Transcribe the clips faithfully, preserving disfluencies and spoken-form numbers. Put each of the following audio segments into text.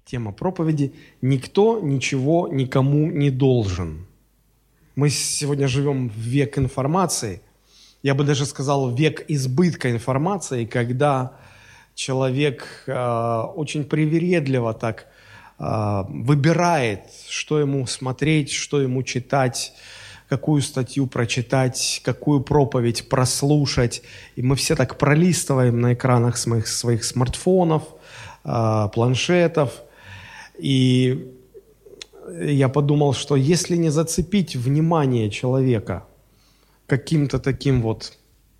Тема проповеди «Никто ничего никому не должен». Мы сегодня живем в век информации, я бы даже сказал, век избытка информации, когда человек э, очень привередливо так э, выбирает, что ему смотреть, что ему читать, какую статью прочитать, какую проповедь прослушать. И мы все так пролистываем на экранах своих, своих смартфонов, э, планшетов. И я подумал, что если не зацепить внимание человека каким-то таким вот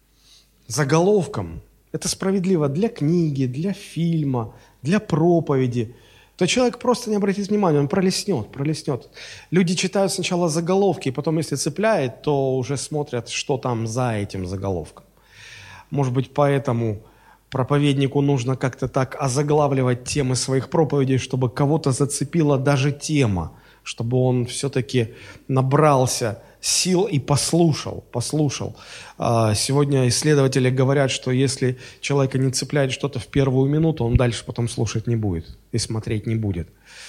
заголовком, это справедливо для книги, для фильма, для проповеди, то человек просто не обратит внимания, он пролистнет, пролистнет. Люди читают сначала заголовки, и потом, если цепляет, то уже смотрят, что там за этим заголовком. Может быть, поэтому проповеднику нужно как-то так озаглавливать темы своих проповедей, чтобы кого-то зацепила даже тема, чтобы он все-таки набрался сил и послушал, послушал. Сегодня исследователи говорят, что если человека не цепляет что-то в первую минуту, он дальше потом слушать не будет и смотреть не будет.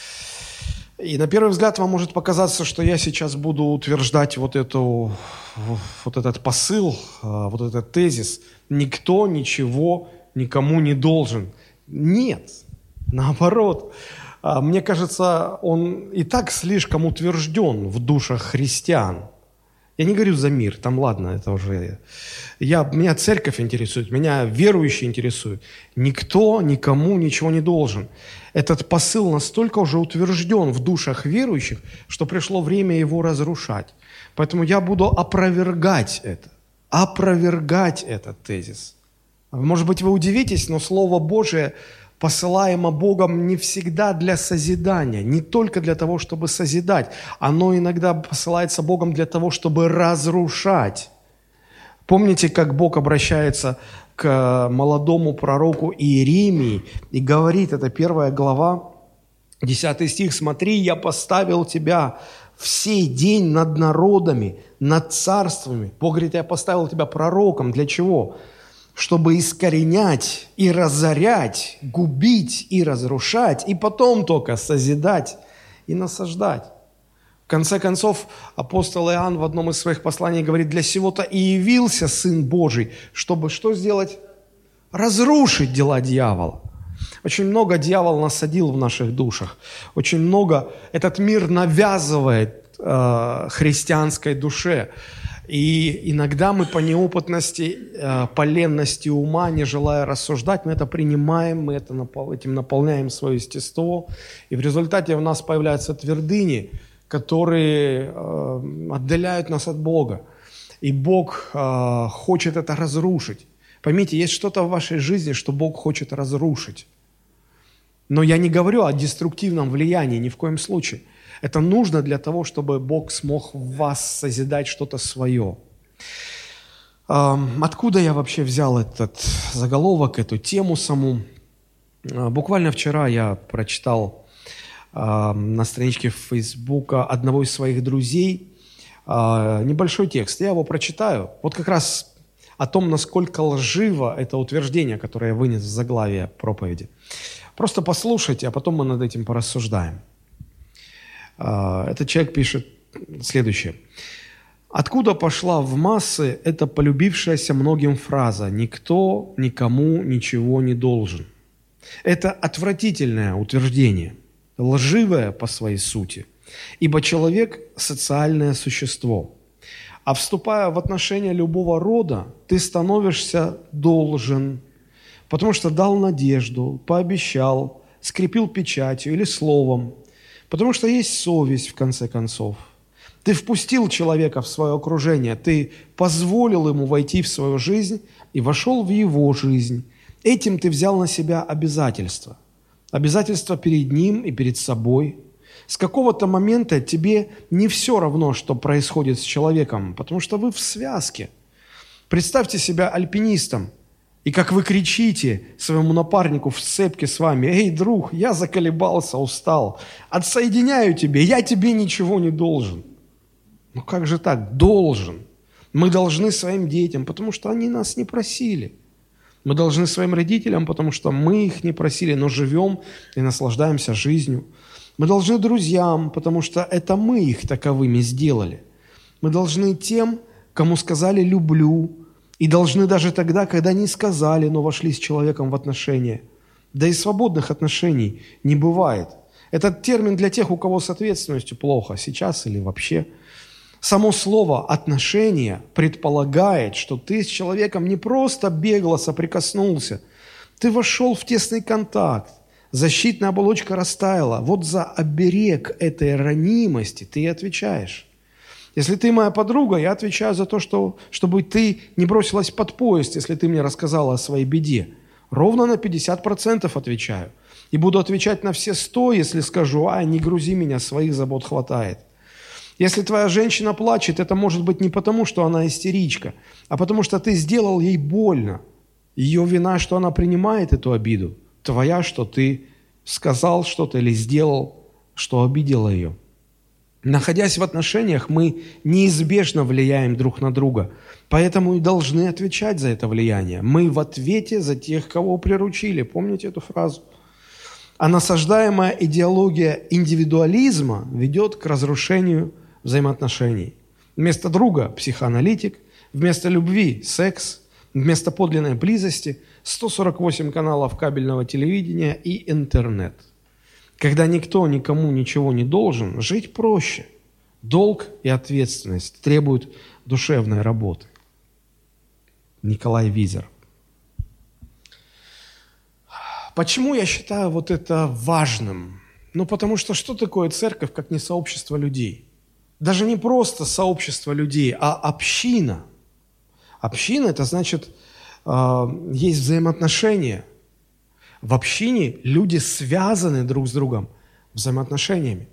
И на первый взгляд вам может показаться, что я сейчас буду утверждать вот, эту, вот этот посыл, вот этот тезис. Никто ничего никому не должен. Нет, наоборот. Мне кажется, он и так слишком утвержден в душах христиан. Я не говорю за мир, там ладно, это уже... Я, меня церковь интересует, меня верующие интересуют. Никто никому ничего не должен. Этот посыл настолько уже утвержден в душах верующих, что пришло время его разрушать. Поэтому я буду опровергать это, опровергать этот тезис. Может быть, вы удивитесь, но Слово Божие посылаемо Богом не всегда для созидания, не только для того, чтобы созидать. Оно иногда посылается Богом для того, чтобы разрушать. Помните, как Бог обращается к молодому пророку Иеремии и говорит, это первая глава, десятый стих, «Смотри, я поставил тебя в сей день над народами, над царствами». Бог говорит, я поставил тебя пророком. Для чего? Чтобы искоренять и разорять, губить и разрушать, и потом только созидать и насаждать. В конце концов, апостол Иоанн в одном из своих посланий говорит, для сего-то и явился Сын Божий, чтобы что сделать? Разрушить дела дьявола. Очень много дьявол насадил в наших душах. Очень много этот мир навязывает э, христианской душе. И иногда мы по неопытности, по ленности ума, не желая рассуждать, мы это принимаем, мы это, этим наполняем свое естество. И в результате у нас появляются твердыни, которые отдаляют нас от Бога. И Бог хочет это разрушить. Поймите, есть что-то в вашей жизни, что Бог хочет разрушить. Но я не говорю о деструктивном влиянии ни в коем случае. Это нужно для того, чтобы Бог смог в вас созидать что-то свое. Откуда я вообще взял этот заголовок, эту тему саму? Буквально вчера я прочитал на страничке Фейсбука одного из своих друзей небольшой текст. Я его прочитаю. Вот как раз о том, насколько лживо это утверждение, которое я вынес в заглавие проповеди. Просто послушайте, а потом мы над этим порассуждаем. Этот человек пишет следующее. Откуда пошла в массы эта полюбившаяся многим фраза «никто никому ничего не должен»? Это отвратительное утверждение, лживое по своей сути, ибо человек – социальное существо. А вступая в отношения любого рода, ты становишься должен, потому что дал надежду, пообещал, скрепил печатью или словом, потому что есть совесть, в конце концов. Ты впустил человека в свое окружение, ты позволил ему войти в свою жизнь и вошел в его жизнь. Этим ты взял на себя обязательства. Обязательства перед ним и перед собой. С какого-то момента тебе не все равно, что происходит с человеком, потому что вы в связке. Представьте себя альпинистом. И как вы кричите своему напарнику в сцепке с вами: «Эй, друг, я заколебался, устал, отсоединяю тебе, я тебе ничего не должен». Ну как же так? Должен. Мы должны своим детям, потому что они нас не просили. Мы должны своим родителям, потому что мы их не просили, но живем и наслаждаемся жизнью. Мы должны друзьям, потому что это мы их таковыми сделали. Мы должны тем, кому сказали «люблю», и должны даже тогда, когда не сказали, но вошли с человеком в отношения. Да и свободных отношений не бывает. Этот термин для тех, у кого с ответственностью плохо, сейчас или вообще. Само слово «отношения» предполагает, что ты с человеком не просто бегло соприкоснулся, ты вошел в тесный контакт, защитная оболочка растаяла. Вот за оберег этой ранимости ты и отвечаешь. Если ты моя подруга, я отвечаю за то, что, чтобы ты не бросилась под поезд, если ты мне рассказала о своей беде. Ровно на пятьдесят процентов отвечаю. И буду отвечать на все сто, если скажу: «А, не грузи меня, своих забот хватает». Если твоя женщина плачет, это может быть не потому, что она истеричка, а потому что ты сделал ей больно. Ее вина, что она принимает эту обиду. Твоя, что ты сказал что-то или сделал, что обидело ее. Находясь в отношениях, мы неизбежно влияем друг на друга, поэтому и должны отвечать за это влияние. Мы в ответе за тех, кого приручили. Помните эту фразу? А насаждаемая идеология индивидуализма ведет к разрушению взаимоотношений. Вместо друга – психоаналитик, вместо любви – секс, вместо подлинной близости – сто сорок восемь каналов кабельного телевидения и интернет. Когда никто никому ничего не должен, жить проще. Долг и ответственность требуют душевной работы. Николай Визер. Почему я считаю вот это важным? Ну, потому что что такое церковь, как не сообщество людей? Даже не просто сообщество людей, а община. Община – это значит, есть взаимоотношения. В общине люди связаны друг с другом взаимоотношениями.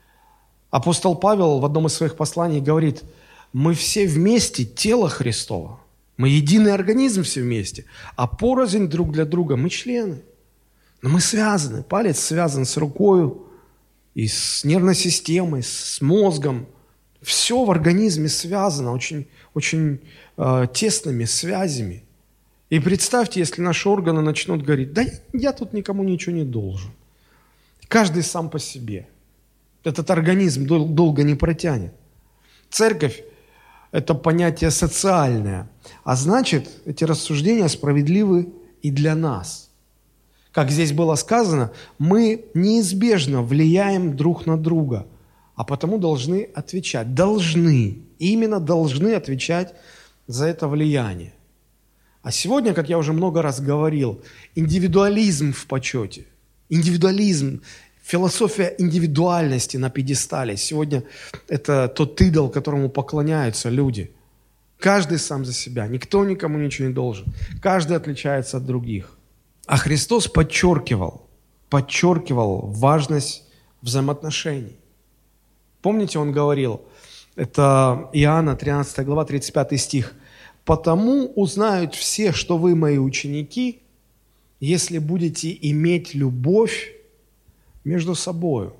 Апостол Павел в одном из своих посланий говорит: мы все вместе тело Христово. Мы единый организм все вместе, а порознь друг для друга мы члены. Но мы связаны. Палец связан с рукой, и с нервной системой, с мозгом. Все в организме связано очень, очень э, тесными связями. И представьте, если наши органы начнут говорить: да я тут никому ничего не должен. Каждый сам по себе. Этот организм дол- долго не протянет. Церковь – это понятие социальное. А значит, эти рассуждения справедливы и для нас. Как здесь было сказано, мы неизбежно влияем друг на друга, а потому должны отвечать. Должны, именно должны отвечать за это влияние. А сегодня, как я уже много раз говорил, индивидуализм в почете, индивидуализм, философия индивидуальности на пьедестале. Сегодня это тот идол, которому поклоняются люди. Каждый сам за себя, никто никому ничего не должен. Каждый отличается от других. А Христос подчеркивал, подчеркивал важность взаимоотношений. Помните, Он говорил, это Иоанна, тринадцатая глава, тридцать пятый стих, «Потому узнают все, что вы мои ученики, если будете иметь любовь между собою».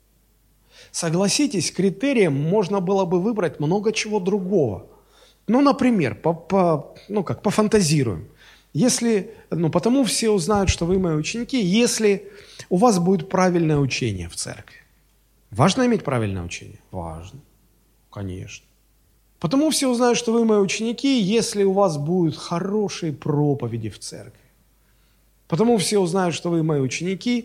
Согласитесь, критерием можно было бы выбрать много чего другого. Ну, например, по, по, ну как, пофантазируем. Если, ну, потому все узнают, что вы мои ученики, если у вас будет правильное учение в церкви. Важно иметь правильное учение? Важно, конечно. Потому все узнают, что вы мои ученики, если у вас будут хорошие проповеди в церкви. Потому все узнают, что вы мои ученики,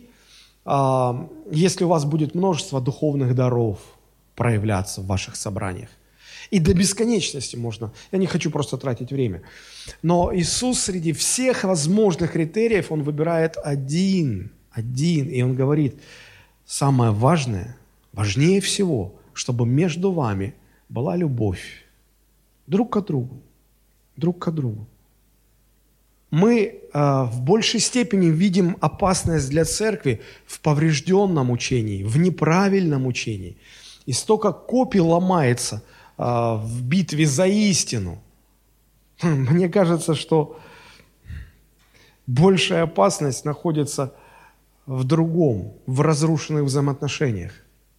если у вас будет множество духовных даров проявляться в ваших собраниях. И до бесконечности можно. Я не хочу просто тратить время. Но Иисус среди всех возможных критериев, Он выбирает один, один. И Он говорит, самое важное, важнее всего, чтобы между вами была любовь. Друг к другу. Друг к другу. Мы э, в большей степени видим опасность для церкви в поврежденном учении, в неправильном учении. И столько копий ломается э, в битве за истину. Мне кажется, что большая опасность находится в другом, в разрушенных взаимоотношениях.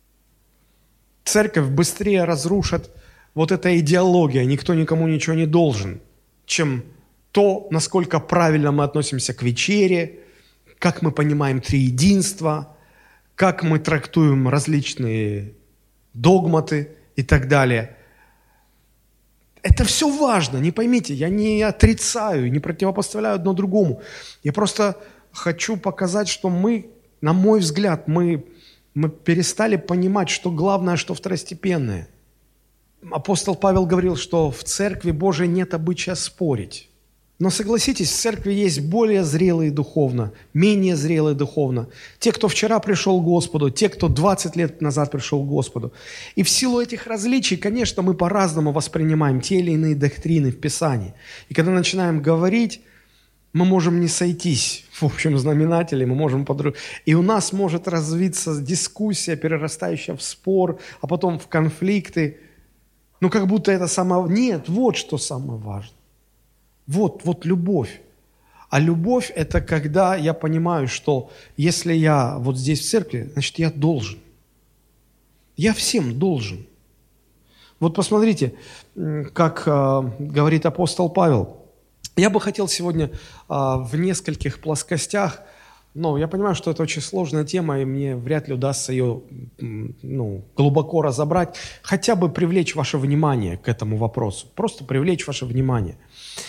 Церковь быстрее разрушит вот эта идеология, никто никому ничего не должен, чем то, насколько правильно мы относимся к вечере, как мы понимаем триединство, как мы трактуем различные догматы и так далее. Это все важно, не поймите, я не отрицаю, не противопоставляю одно другому. Я просто хочу показать, что мы, на мой взгляд, мы, мы перестали понимать, что главное, что второстепенное. Апостол Павел говорил, что в Церкви Божией нет обычая спорить. Но согласитесь, в Церкви есть более зрелые духовно, менее зрелые духовно. Те, кто вчера пришел к Господу, те, кто двадцать лет назад пришел к Господу. И в силу этих различий, конечно, мы по-разному воспринимаем те или иные доктрины в Писании. И когда начинаем говорить, мы можем не сойтись в общем знаменателе, мы можем подруг... И у нас может развиться дискуссия, перерастающая в спор, а потом в конфликты. Ну, как будто это самое... Нет, вот что самое важное. Вот, вот любовь. А любовь – это когда я понимаю, что если я вот здесь в церкви, значит, я должен. Я всем должен. Вот посмотрите, как э, говорит апостол Павел. Я бы хотел сегодня э, в нескольких плоскостях, но я понимаю, что это очень сложная тема, и мне вряд ли удастся ее ну, глубоко разобрать, хотя бы привлечь ваше внимание к этому вопросу, просто привлечь ваше внимание.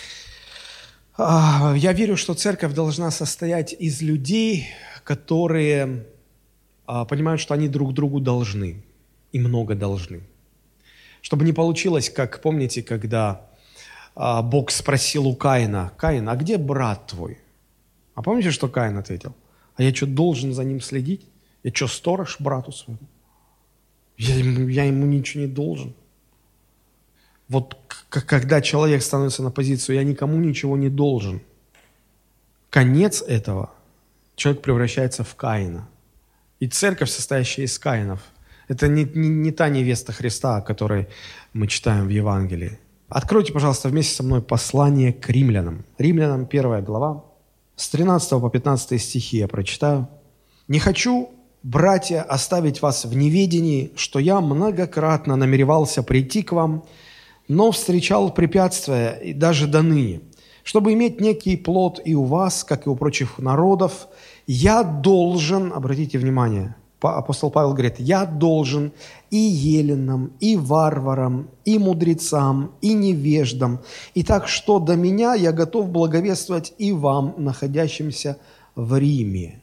Я верю, что церковь должна состоять из людей, которые понимают, что они друг другу должны, и много должны. Чтобы не получилось, как, помните, когда Бог спросил у Каина: «Каин, а где брат твой?» А помните, что Каин ответил? «А я что, должен за ним следить? Я что, сторож брату своему? Я ему, я ему ничего не должен». Вот к- когда человек становится на позицию «я никому ничего не должен», конец этого – человек превращается в Каина. И церковь, состоящая из Каинов, это не, не, не та невеста Христа, о которой мы читаем в Евангелии. Откройте, пожалуйста, вместе со мной послание к римлянам. Римлянам первая глава, с тринадцатого по пятнадцатый стихи я прочитаю. «Не хочу, братья, оставить вас в неведении, что я многократно намеревался прийти к вам, но встречал препятствия и даже до ныне. Чтобы иметь некий плод и у вас, как и у прочих народов, я должен», обратите внимание, апостол Павел говорит, «я должен и еленам, и варварам, и мудрецам, и невеждам. И так что до меня я готов благовествовать и вам, находящимся в Риме».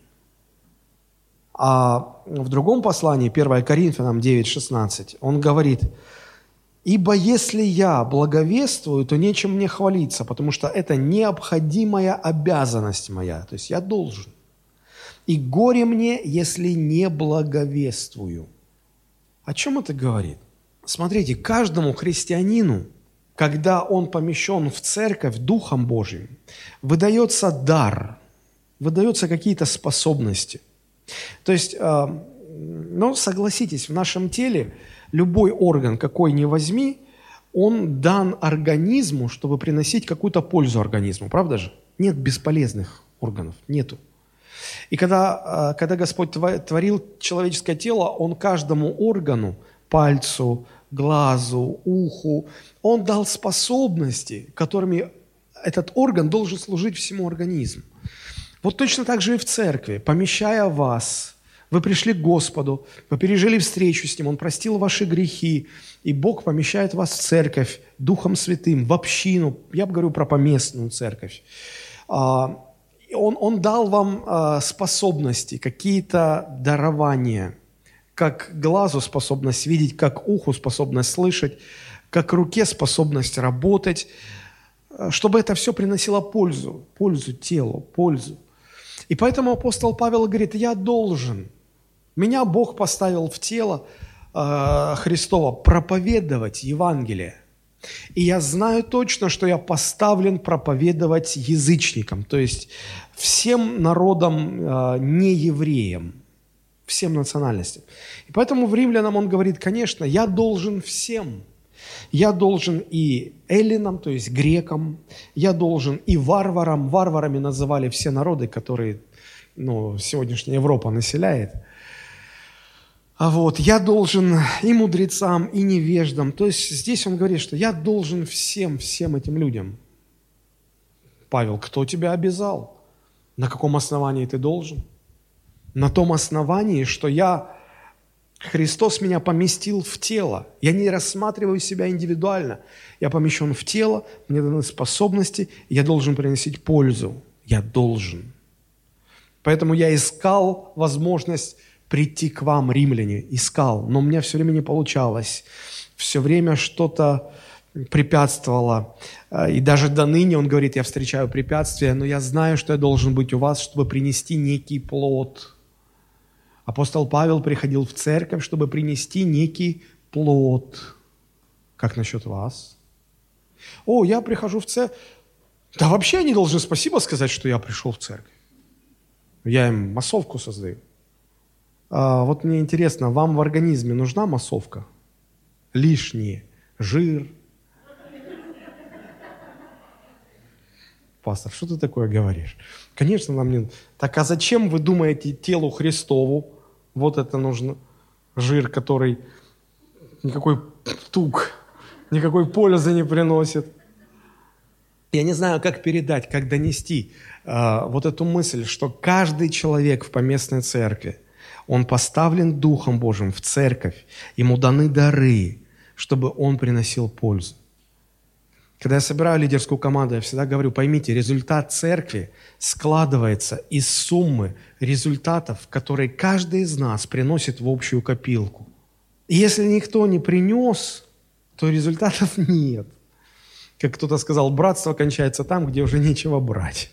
А в другом послании, первое Коринфянам девять шестнадцать, он говорит: «Ибо если я благовествую, то нечем мне хвалиться, потому что это необходимая обязанность моя». То есть я должен. «И горе мне, если не благовествую». О чем это говорит? Смотрите, каждому христианину, когда он помещен в церковь Духом Божьим, выдается дар, выдаются какие-то способности. То есть, ну, согласитесь, в нашем теле любой орган, какой ни возьми, он дан организму, чтобы приносить какую-то пользу организму, правда же? Нет бесполезных органов, нету. И когда, когда Господь творил человеческое тело, Он каждому органу, пальцу, глазу, уху, Он дал способности, которыми этот орган должен служить всему организму. Вот точно так же и в церкви, помещая вас, вы пришли к Господу, вы пережили встречу с Ним, Он простил ваши грехи, и Бог помещает вас в церковь Духом Святым, в общину, я бы говорю про поместную церковь. Он, он дал вам способности, какие-то дарования, как глазу способность видеть, как уху способность слышать, как руке способность работать, чтобы это все приносило пользу, пользу телу, пользу. И поэтому апостол Павел говорит: я должен, меня Бог поставил в тело э, Христово проповедовать Евангелие. И я знаю точно, что я поставлен проповедовать язычникам, то есть всем народам, э, не евреям, всем национальностям. И поэтому в Римлянам он говорит: конечно, я должен всем. Я должен и эллинам, то есть грекам, я должен и варварам. Варварами называли все народы, которые, ну, сегодняшняя Европа населяет. А вот я должен и мудрецам, и невеждам. То есть здесь он говорит, что я должен всем, всем этим людям. Павел, кто тебя обязал? На каком основании ты должен? На том основании, что я, Христос меня поместил в тело. Я не рассматриваю себя индивидуально. Я помещен в тело, мне даны способности, я должен приносить пользу. Я должен. Поэтому я искал возможность прийти к вам, римляне, искал, но у меня все время не получалось. Все время что-то препятствовало. И даже до ныне, он говорит, я встречаю препятствия, но я знаю, что я должен быть у вас, чтобы принести некий плод. Апостол Павел приходил в церковь, чтобы принести некий плод. Как насчет вас? О, я прихожу в церковь. Да вообще они должны спасибо сказать, что я пришел в церковь. Я им массовку создаю. А вот мне интересно, вам в организме нужна массовка? Лишний жир. Пастор, что ты такое говоришь? Конечно, нам не... Так а зачем вы думаете телу Христову вот это нужно? Жир, который никакой тук, никакой пользы не приносит. Я не знаю, как передать, как донести э, вот эту мысль, что каждый человек в поместной церкви, он поставлен Духом Божьим в церковь, ему даны дары, чтобы он приносил пользу. Когда я собираю лидерскую команду, я всегда говорю, поймите, результат церкви складывается из суммы результатов, которые каждый из нас приносит в общую копилку. И если никто не принес, то результатов нет. Как кто-то сказал, братство кончается там, где уже нечего брать.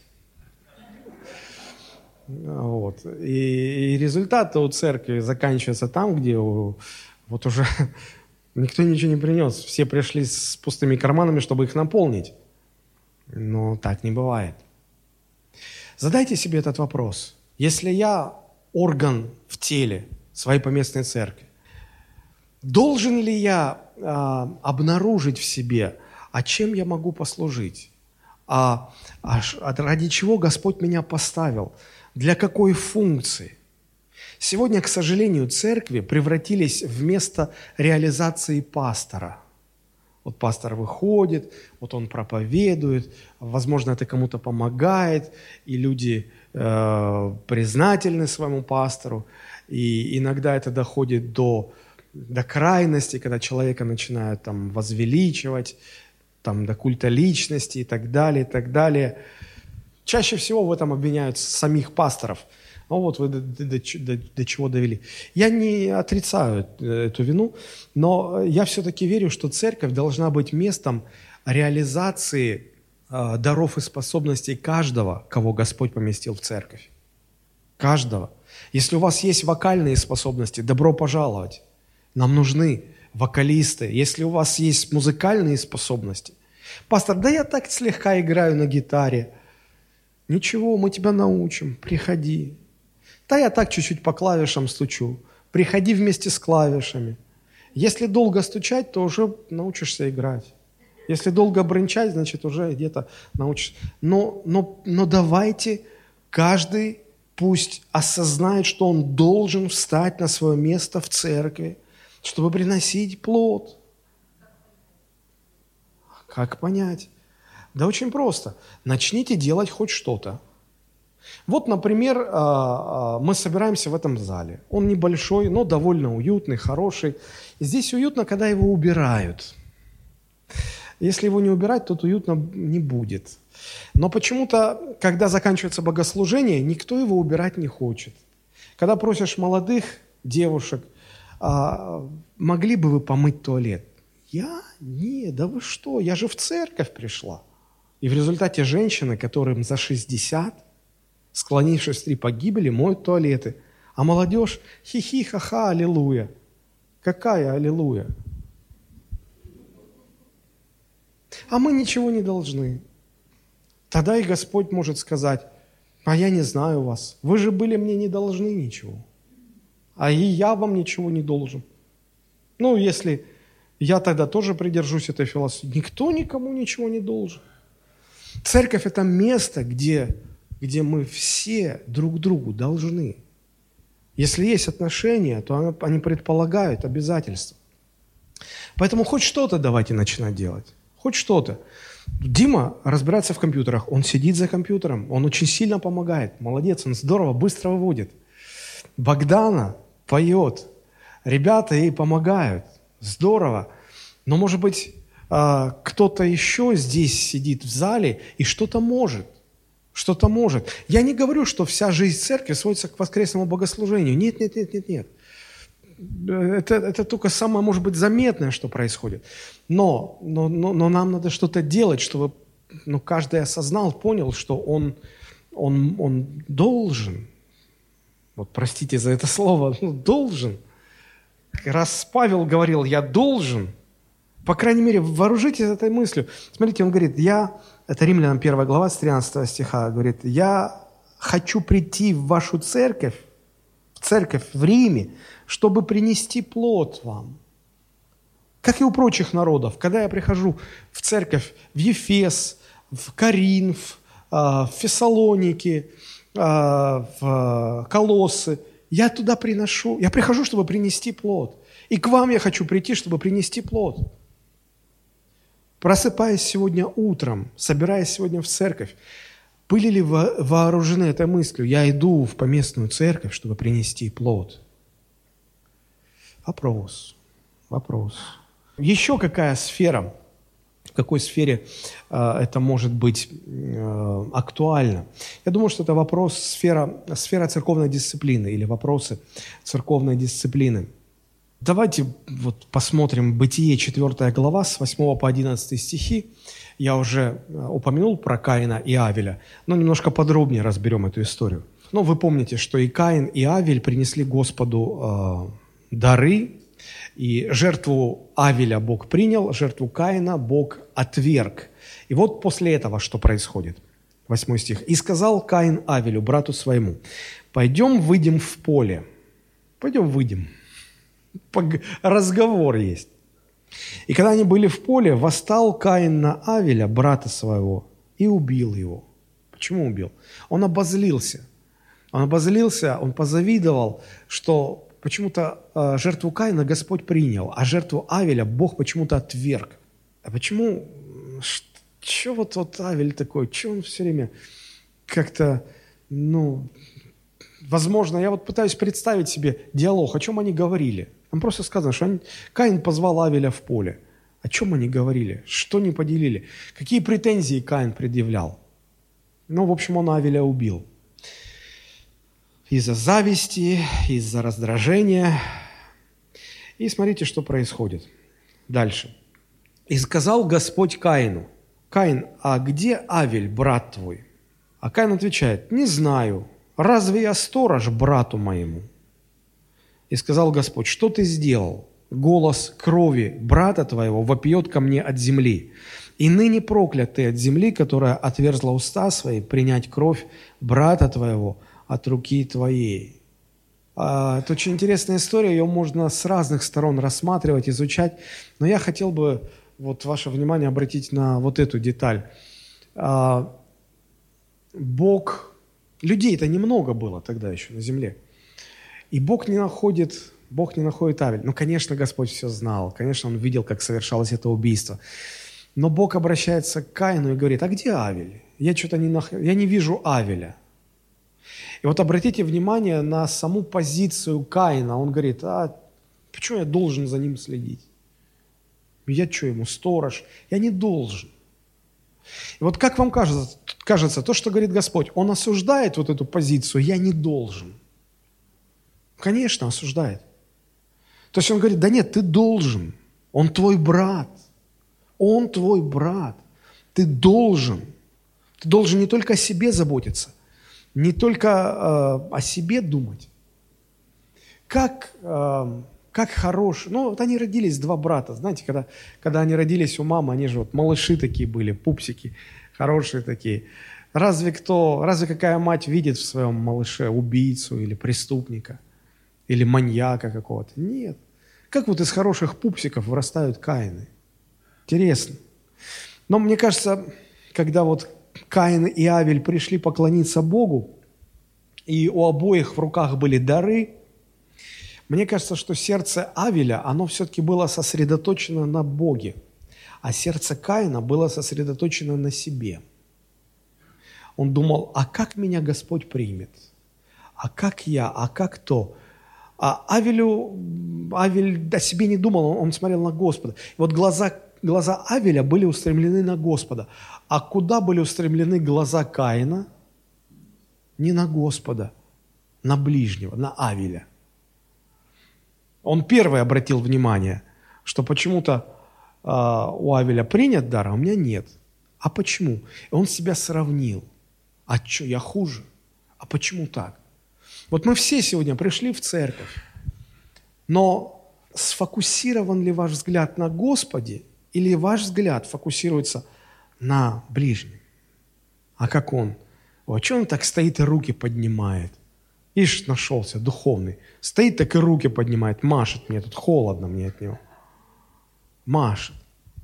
Вот. И, и результаты у церкви заканчиваются там, где у, вот уже никто ничего не принес. Все пришли с пустыми карманами, чтобы их наполнить. Но так не бывает. Задайте себе этот вопрос. Если я орган в теле своей поместной церкви, должен ли я а, обнаружить в себе, а чем я могу послужить? А, а, а ради чего Господь меня поставил? Для какой функции? Сегодня, к сожалению, церкви превратились в место реализации пастора. Вот пастор выходит, вот он проповедует, возможно, это кому-то помогает, и люди э, признательны своему пастору, и иногда это доходит до, до крайности, когда человека начинают там возвеличивать, там, до культа личности и так далее, и так далее. Чаще всего в этом обвиняют самих пасторов. Ну вот вы до, до, до, до чего довели. Я не отрицаю эту вину, но я все-таки верю, что церковь должна быть местом реализации э, даров и способностей каждого, кого Господь поместил в церковь. Каждого. Если у вас есть вокальные способности, добро пожаловать. Нам нужны вокалисты. Если у вас есть музыкальные способности, пастор, да я так слегка играю на гитаре. Ничего, мы тебя научим, приходи. Да я так чуть-чуть по клавишам стучу. Приходи вместе с клавишами. Если долго стучать, то уже научишься играть. Если долго бренчать, значит, уже где-то научишься. Но, но, но давайте каждый пусть осознает, что он должен встать на свое место в церкви, чтобы приносить плод. Как понять? Да очень просто. Начните делать хоть что-то. Вот, например, мы собираемся в этом зале. Он небольшой, но довольно уютный, хороший. И здесь уютно, когда его убирают. Если его не убирать, то уютно не будет. Но почему-то, когда заканчивается богослужение, никто его убирать не хочет. Когда просишь молодых девушек, могли бы вы помыть туалет? Я? Не, да вы что, я же в церковь пришла. И в результате женщины, которым за шестьдесят, склонившись в три погибели, моют туалеты. А молодежь хихи, ха-ха, аллилуйя. Какая аллилуйя? А мы ничего не должны. Тогда и Господь может сказать, а я не знаю вас. Вы же были мне не должны ничего. А и я вам ничего не должен. Ну, если я тогда тоже придержусь этой философии, никто никому ничего не должен. Церковь – это место, где, где мы все друг другу должны. Если есть отношения, то они предполагают обязательства. Поэтому хоть что-то давайте начинать делать. Хоть что-то. Дима разбирается в компьютерах, он сидит за компьютером, он очень сильно помогает, молодец, он здорово, быстро выводит. Богдана поет, ребята ей помогают, здорово. Но, может быть, кто-то еще здесь сидит в зале и что-то может, что-то может. Я не говорю, что вся жизнь церкви сводится к воскресному богослужению. Нет, нет, нет, нет, нет. Это, это только самое, может быть, заметное, что происходит. Но, но, но, но нам надо что-то делать, чтобы ну, каждый осознал, понял, что он, он, он должен. Вот простите за это слово, ну, должен. Раз Павел говорил, я должен, по крайней мере, вооружитесь этой мыслью. Смотрите, он говорит, я, это Римлянам первая глава с тринадцатого стиха, говорит, я хочу прийти в вашу церковь, в церковь в Риме, чтобы принести плод вам. Как и у прочих народов, когда я прихожу в церковь в Ефес, в Коринф, в Фессалоники, в Колоссы, я туда приношу, я прихожу, чтобы принести плод. И к вам я хочу прийти, чтобы принести плод. Просыпаясь сегодня утром, собираясь сегодня в церковь, были ли вы вооружены этой мыслью? Я иду в поместную церковь, чтобы принести плод. Вопрос. Вопрос. Еще какая сфера, в какой сфере э, это может быть э, актуально? Я думаю, что это вопрос, сфера, сфера церковной дисциплины или вопросы церковной дисциплины. Давайте вот посмотрим Бытие, четвёртая глава, с восьмого по одиннадцатый стихи. Я уже упомянул про Каина и Авеля, но немножко подробнее разберем эту историю. Ну, вы помните, что и Каин, и Авель принесли Господу э, дары, и жертву Авеля Бог принял, жертву Каина Бог отверг. И вот после этого что происходит? Восьмой стих. «И сказал Каин Авелю, брату своему, пойдем выйдем в поле». Пойдем выйдем. Разговор есть. «И когда они были в поле, восстал Каин на Авеля, брата своего, и убил его». Почему убил? Он обозлился. Он обозлился, он позавидовал, что почему-то э, жертву Каина Господь принял, а жертву Авеля Бог почему-то отверг. А почему? Что вот, вот Авель такой? Чего он все время как-то, ну, возможно, я вот пытаюсь представить себе диалог, о чем они говорили. Там просто сказано, что они, Каин позвал Авеля в поле. О чем они говорили? Что не поделили? Какие претензии Каин предъявлял? Ну, в общем, он Авеля убил. Из-за зависти, из-за раздражения. И смотрите, что происходит. Дальше. «И сказал Господь Каину: Каин, а где Авель, брат твой?» А Каин отвечает: «Не знаю. Разве я сторож брату моему?» И сказал Господь: «Что ты сделал? Голос крови брата твоего вопиет ко мне от земли. И ныне проклят ты от земли, которая отверзла уста свои, принять кровь брата твоего от руки твоей». А, это очень интересная история, ее можно с разных сторон рассматривать, изучать, но я хотел бы вот ваше внимание обратить на вот эту деталь. А, Бог, людей-то немного было тогда еще на земле, и Бог не находит, Бог не находит Авель. Ну, конечно, Господь все знал, конечно, Он видел, как совершалось это убийство, но Бог обращается к Каину и говорит: а где Авель? Я что-то не, нах... я не вижу Авеля. И вот обратите внимание на саму позицию Каина. Он говорит: а почему я должен за ним следить? Я что, ему сторож? Я не должен. И вот как вам кажется, кажется, то, что говорит Господь, Он осуждает вот эту позицию «я не должен». Конечно, осуждает. То есть Он говорит: да нет, ты должен. Он твой брат. Он твой брат. Ты должен. Ты должен не только о себе заботиться, не только э, о себе думать. Как, э, как хорош. Ну, вот они родились, два брата. Знаете, когда, когда они родились у мамы, они же вот малыши такие были, пупсики, хорошие такие. Разве кто, разве какая мать видит в своем малыше убийцу или преступника, или маньяка какого-то? Нет. Как вот из хороших пупсиков вырастают Каины? Интересно. Но мне кажется, когда вот Каин и Авель пришли поклониться Богу, и у обоих в руках были дары, мне кажется, что сердце Авеля, оно все-таки было сосредоточено на Боге. А сердце Каина было сосредоточено на себе. Он думал, а как меня Господь примет? А как я? А как то? А Авелю, Авель о себе не думал, он, он смотрел на Господа. И вот глаза, глаза Авеля были устремлены на Господа. А куда были устремлены глаза Каина? Не на Господа, на ближнего, на Авеля. Он первый обратил внимание, что почему-то э, у Авеля принят дар, а у меня нет. А почему? И он себя сравнил. А что, я хуже? А почему так? Вот мы все сегодня пришли в церковь, но сфокусирован ли ваш взгляд на Господе, или ваш взгляд фокусируется на ближнем? А как он? А что он так стоит и руки поднимает? Ишь, нашелся, духовный. Стоит так и руки поднимает, машет мне, тут холодно мне от него. Машет.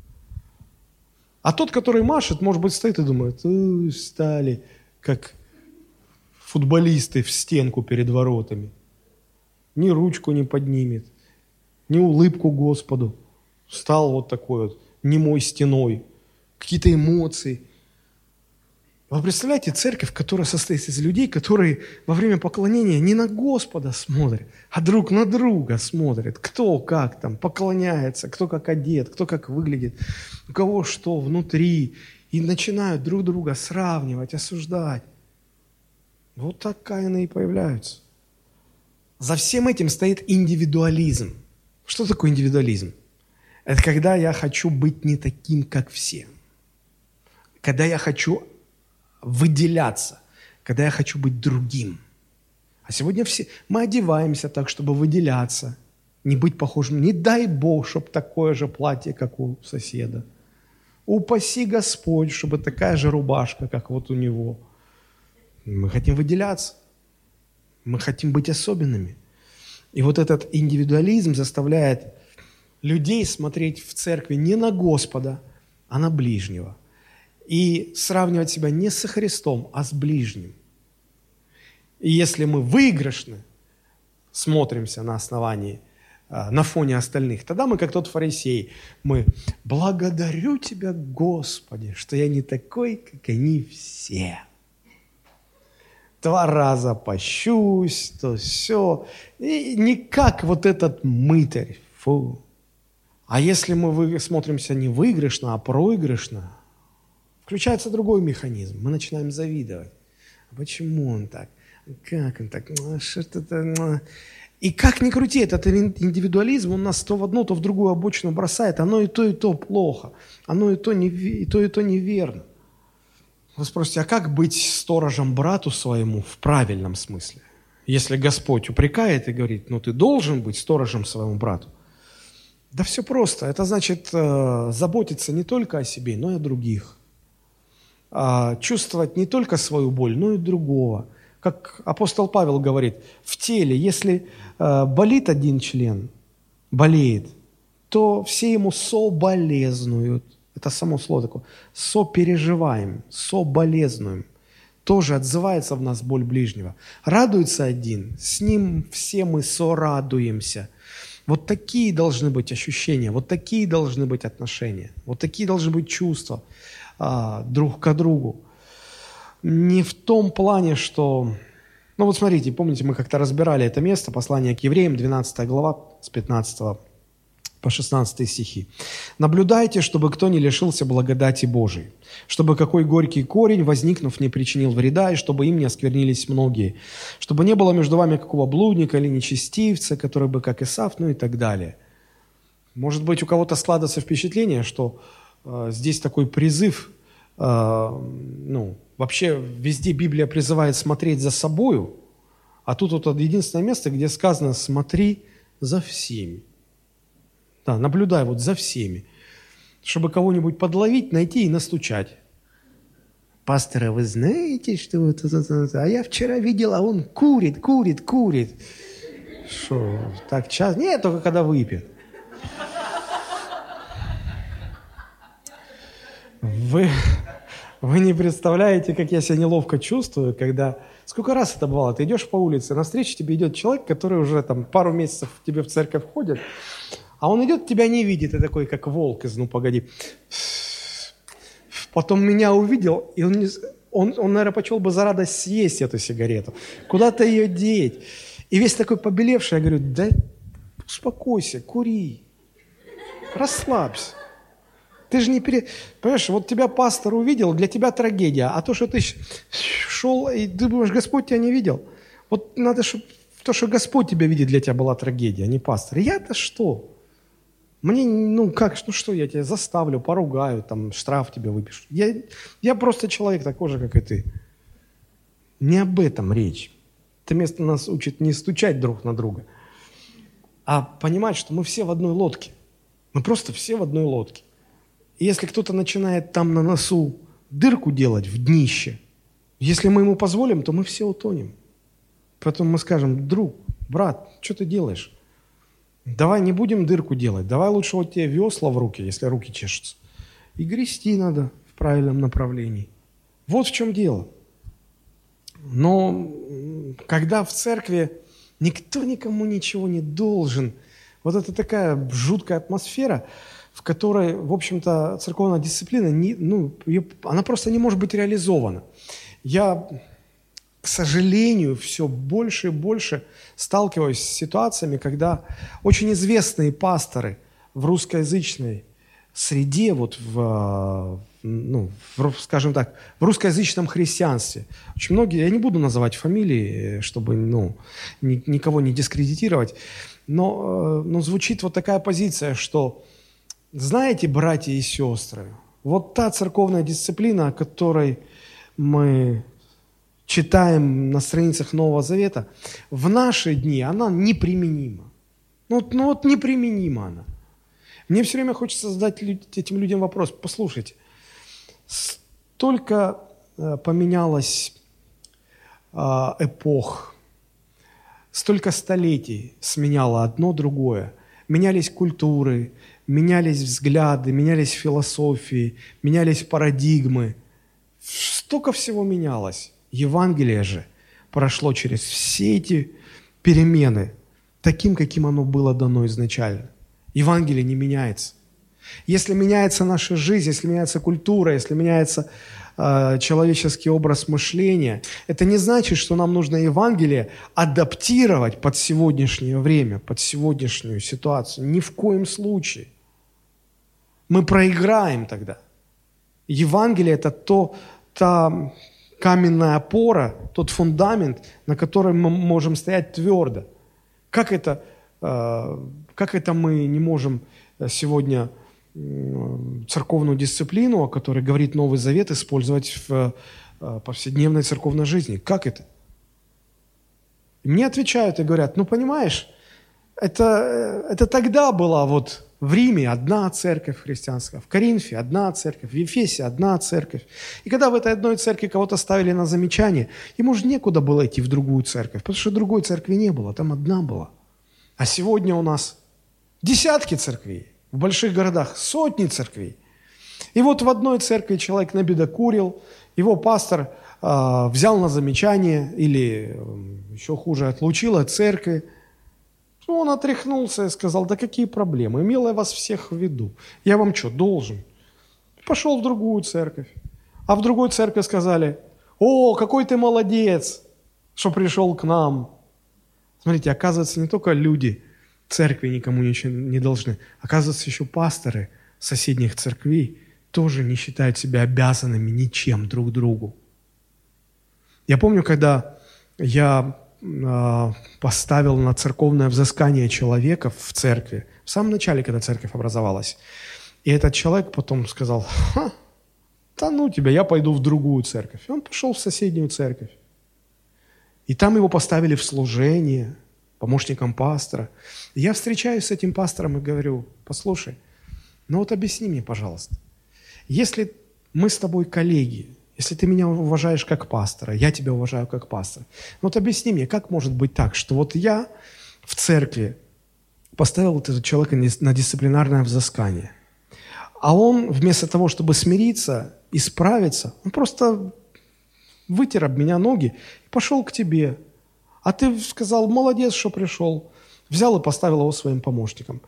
А тот, который машет, может быть, стоит и думает, стали, как футболисты в стенку перед воротами. Ни ручку не поднимет, ни улыбку Господу. Стал вот такой вот немой стеной. Какие-то эмоции. Вы представляете, церковь, которая состоит из людей, которые во время поклонения не на Господа смотрят, а друг на друга смотрят. Кто как там поклоняется, кто как одет, кто как выглядит, у кого что внутри. И начинают друг друга сравнивать, осуждать. Вот так Каины и появляются. За всем этим стоит индивидуализм. Что такое индивидуализм? Это когда я хочу быть не таким, как все. Когда я хочу выделяться, когда я хочу быть другим. А сегодня все мы одеваемся так, чтобы выделяться, не быть похожим. Не дай Бог, чтобы такое же платье, как у соседа. Упаси Господь, чтобы такая же рубашка, как вот у него. Мы хотим выделяться. Мы хотим быть особенными. И вот этот индивидуализм заставляет людей смотреть в церкви не на Господа, а на ближнего. И сравнивать себя не со Христом, а с ближним. И если мы выигрышны, смотримся на основании, на фоне остальных, тогда мы, как тот фарисей, мы «благодарю Тебя, Господи, что я не такой, как они все». Два раза пощусь, то все. И не как вот этот мытарь. Фу. А если мы смотримся не выигрышно, а проигрышно, включается другой механизм. Мы начинаем завидовать. А почему он так? Как он так? Что-то... И как ни крути, этот индивидуализм, он нас то в одну, то в другую обочину бросает. Оно и то, и то плохо. Оно и то, не, и то, и то неверно. Вы спросите, а как быть сторожем брату своему в правильном смысле? Если Господь упрекает и говорит, ну ты должен быть сторожем своему брату. Да все просто. Это значит э, заботиться не только о себе, но и о других. Э, чувствовать не только свою боль, но и другого. Как апостол Павел говорит, в теле, если э, болит один член, болеет, то все ему соболезнуют. Это само слово такое. Сопереживаем, соболезнуем. Тоже отзывается в нас боль ближнего. Радуется один, с ним все мы сорадуемся. Вот такие должны быть ощущения, вот такие должны быть отношения, вот такие должны быть чувства а, друг к другу. Не в том плане, что... Ну вот смотрите, помните, мы как-то разбирали это место, послание к евреям, двенадцатая глава, с пятнадцатого по шестнадцатый стихи. «Наблюдайте, чтобы кто не лишился благодати Божией, чтобы какой горький корень, возникнув, не причинил вреда, и чтобы им не осквернились многие, чтобы не было между вами какого блудника или нечестивца, который бы как Исав, ну и так далее». Может быть, у кого-то складывается впечатление, что э, здесь такой призыв, э, ну, вообще везде Библия призывает смотреть за собою, а тут вот единственное место, где сказано «смотри за всеми». Да, наблюдай вот за всеми, чтобы кого-нибудь подловить, найти и настучать. Пастора, вы знаете, что вот это? А я вчера видел, а он курит, курит, курит. Что, так часто? Нет, только когда выпьет. Вы, вы не представляете, как я себя неловко чувствую, когда... Сколько раз это бывало? Ты идешь по улице, навстречу тебе идет человек, который уже там пару месяцев к тебе в церковь ходит, А он идет, тебя не видит, и такой, как волк из «Ну, погоди». Потом меня увидел, и он, не, он, он, наверное, почел бы за радость съесть эту сигарету. Куда-то ее деть. И весь такой побелевший, я говорю, да успокойся, кури, расслабься. Ты же не пере... Понимаешь, вот тебя пастор увидел, для тебя трагедия. А то, что ты шел, и ты думаешь, Господь тебя не видел. Вот надо, чтобы то, что Господь тебя видит, для тебя была трагедия, а не пастор. Я-то что? Мне, ну как, ну что, я тебя заставлю, поругаю, там, штраф тебе выпишу. Я, я просто человек такой же, как и ты. Не об этом речь. Это место нас учит не стучать друг на друга, а понимать, что мы все в одной лодке. Мы просто все в одной лодке. И если кто-то начинает там на носу дырку делать в днище, если мы ему позволим, то мы все утонем. Потом мы скажем, друг, брат, что ты делаешь? Давай не будем дырку делать, давай лучше вот тебе весла в руки, если руки чешутся. И грести надо в правильном направлении. Вот в чем дело. Но когда в церкви никто никому ничего не должен, вот это такая жуткая атмосфера, в которой, в общем-то, церковная дисциплина, не, ну, ее, она просто не может быть реализована. Я, к сожалению, все больше и больше сталкиваюсь с ситуациями, когда очень известные пасторы в русскоязычной среде, вот в, ну, в, скажем так, в русскоязычном христианстве, очень многие, я не буду называть фамилии, чтобы ну, ни, никого не дискредитировать, но, но звучит вот такая позиция, что знаете, братья и сестры, вот та церковная дисциплина, о которой мы читаем на страницах Нового Завета, в наши дни она неприменима. Ну, ну вот неприменима она. Мне все время хочется задать этим людям вопрос. Послушайте, столько э, поменялось э, эпох, столько столетий сменяло одно другое. Менялись культуры, менялись взгляды, менялись философии, менялись парадигмы. Столько всего менялось. Евангелие же прошло через все эти перемены таким, каким оно было дано изначально. Евангелие не меняется. Если меняется наша жизнь, если меняется культура, если меняется э, человеческий образ мышления, это не значит, что нам нужно Евангелие адаптировать под сегодняшнее время, под сегодняшнюю ситуацию. Ни в коем случае. Мы проиграем тогда. Евангелие – это то, та каменная опора, тот фундамент, на котором мы можем стоять твердо. Как это, как это мы не можем сегодня церковную дисциплину, о которой говорит Новый Завет, использовать в повседневной церковной жизни? Как это? И мне отвечают и говорят, ну понимаешь, это, это тогда была вот в Риме одна церковь христианская, в Коринфе одна церковь, в Ефесе одна церковь. И когда в этой одной церкви кого-то ставили на замечание, ему же некуда было идти в другую церковь, потому что другой церкви не было, там одна была. А сегодня у нас десятки церквей, в больших городах сотни церквей. И вот в одной церкви человек набедокурил, его пастор э, взял на замечание или, э, еще хуже, отлучил от церкви. Он отряхнулся и сказал, да какие проблемы, имел я вас всех в виду. Я вам что, должен? Пошел в другую церковь. А в другой церкви сказали, о, какой ты молодец, что пришел к нам. Смотрите, оказывается, не только люди церкви никому ничего не должны, оказывается, еще пасторы соседних церквей тоже не считают себя обязанными ничем друг другу. Я помню, когда я поставил на церковное взыскание человека в церкви, в самом начале, когда церковь образовалась. И этот человек потом сказал, ха, да ну тебя, я пойду в другую церковь. И он пошел в соседнюю церковь. И там его поставили в служение, помощником пастора. И я встречаюсь с этим пастором и говорю, послушай, ну вот объясни мне, пожалуйста, если мы с тобой коллеги, если ты меня уважаешь как пастора, я тебя уважаю как пастора, ну вот объясни мне, как может быть так, что вот я в церкви поставил этого человека на дисциплинарное взыскание, а он вместо того, чтобы смириться, исправиться, он просто вытер об меня ноги и пошел к тебе. А ты сказал, молодец, что пришел. Взял и поставил его своим помощником.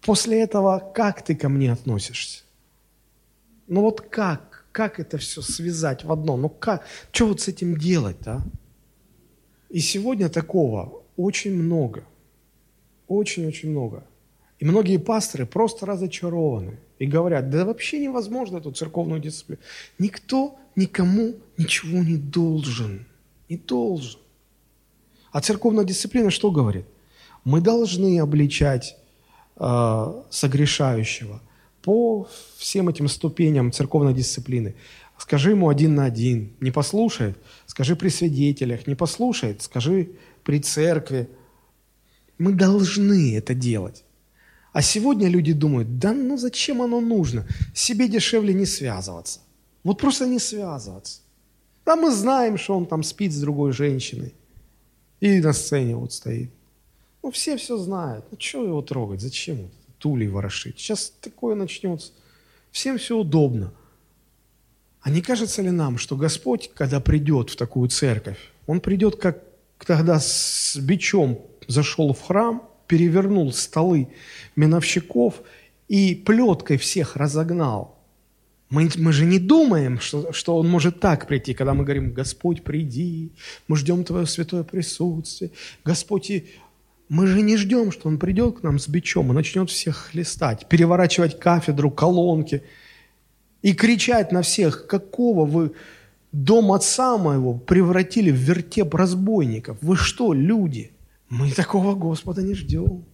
После этого как ты ко мне относишься? Ну вот как? Как это все связать в одно? Ну как? Что вот с этим делать, а? И сегодня такого очень много. Очень-очень много. И многие пасторы просто разочарованы и говорят, да вообще невозможно эту церковную дисциплину. Никто никому ничего не должен. Не должен. А церковная дисциплина что говорит? Мы должны обличать э, согрешающего по всем этим ступеням церковной дисциплины. Скажи ему один на один. Не послушает, скажи при свидетелях. Не послушает, скажи при церкви. Мы должны это делать. А сегодня люди думают, да ну зачем оно нужно? Себе дешевле не связываться. Вот просто не связываться. Да мы знаем, что он там спит с другой женщиной. И на сцене вот стоит. Ну все все знают. Ну что его трогать? Зачем вот тулей ворошить? Сейчас такое начнется. Всем все удобно. А не кажется ли нам, что Господь, когда придет в такую церковь, Он придет, как тогда с бичом зашел в храм, перевернул столы миновщиков и плеткой всех разогнал. Мы, мы же не думаем, что, что Он может так прийти, когда мы говорим, Господь, приди, мы ждем Твое святое присутствие. Господь, и... мы же не ждем, что Он придет к нам с бичом и начнет всех хлестать, переворачивать кафедру, колонки и кричать на всех, какого вы дом отца моего превратили в вертеп разбойников. Вы что, люди? Мы такого Господа не ждем.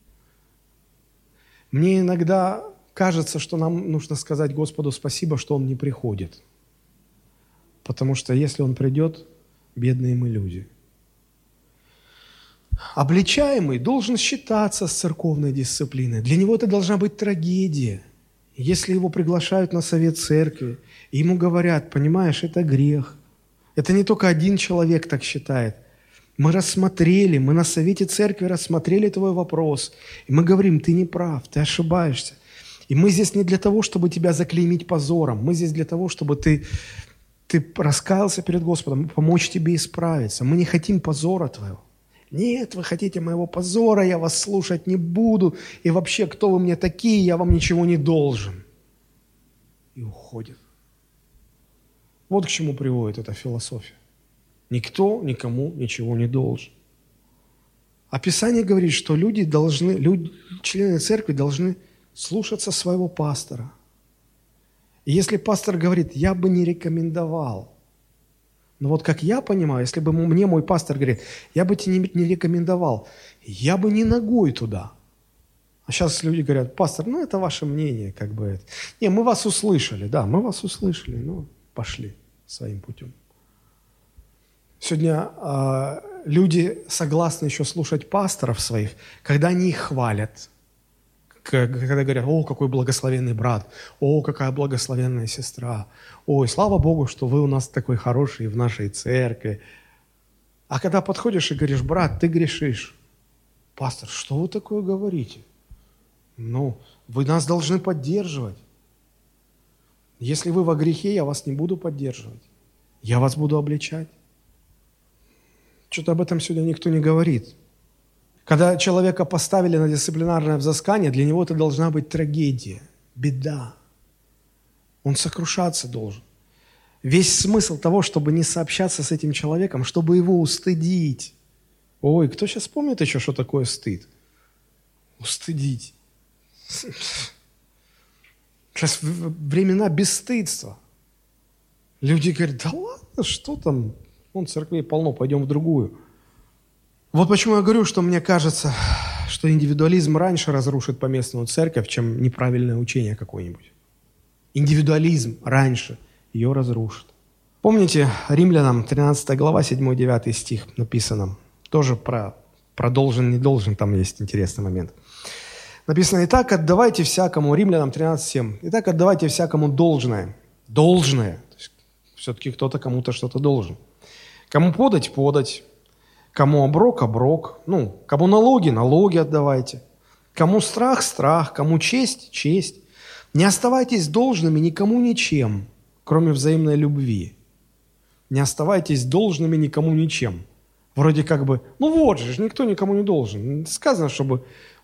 Мне иногда кажется, что нам нужно сказать Господу спасибо, что Он не приходит. Потому что если Он придет, бедные мы люди. Обличаемый должен считаться с церковной дисциплиной. Для него это должна быть трагедия. Если его приглашают на совет церкви, и ему говорят, понимаешь, это грех. Это не только один человек так считает. Мы рассмотрели, мы на совете церкви рассмотрели твой вопрос. И мы говорим, ты не прав, ты ошибаешься. И мы здесь не для того, чтобы тебя заклеймить позором. Мы здесь для того, чтобы ты, ты раскаялся перед Господом, помочь тебе исправиться. Мы не хотим позора твоего. Нет, вы хотите моего позора, я вас слушать не буду. И вообще, кто вы мне такие, я вам ничего не должен. И уходит. Вот к чему приводит эта философия. Никто никому ничего не должен. А Писание говорит, что люди должны, люди, члены церкви должны слушаться своего пастора. И если пастор говорит, я бы не рекомендовал, но вот как я понимаю, если бы мне мой пастор говорит, я бы тебе не рекомендовал, я бы не ногой туда. А сейчас люди говорят, пастор, ну это ваше мнение, как бы это. Не, мы вас услышали, да, мы вас услышали, ну пошли своим путем. Сегодня э, люди согласны еще слушать пасторов своих, когда они их хвалят. Когда говорят, о, какой благословенный брат, о, какая благословенная сестра, ой, слава Богу, что вы у нас такой хороший в нашей церкви. А когда подходишь и говоришь, брат, ты грешишь. Пастор, что вы такое говорите? Ну, вы нас должны поддерживать. Если вы во грехе, я вас не буду поддерживать. Я вас буду обличать. Что-то об этом сегодня никто не говорит. Когда человека поставили на дисциплинарное взыскание, для него это должна быть трагедия, беда. Он сокрушаться должен. Весь смысл того, чтобы не сообщаться с этим человеком, чтобы его устыдить. Ой, кто сейчас помнит еще, что такое стыд? Устыдить. Сейчас времена бесстыдства. Люди говорят, да ладно, что там? Вон церквей полно, пойдем в другую. Вот почему я говорю, что мне кажется, что индивидуализм раньше разрушит поместную церковь, чем неправильное учение какое-нибудь. Индивидуализм раньше ее разрушит. Помните, Римлянам тринадцатая глава, седьмой-девятый стих написано. Тоже про, про должен, не должен, там есть интересный момент. Написано, «Итак, отдавайте всякому», Римлянам тринадцать семь, «Итак, отдавайте всякому должное». Должное. То есть все-таки кто-то кому-то что-то должен. Кому подать – подать. Кому оброк – оброк. Ну, кому налоги – налоги отдавайте. Кому страх – страх. Кому честь – честь. Не оставайтесь должными никому ничем, кроме взаимной любви. Не оставайтесь должными никому ничем. Вроде как бы, ну вот же, никто никому не должен. Сказано, чтобы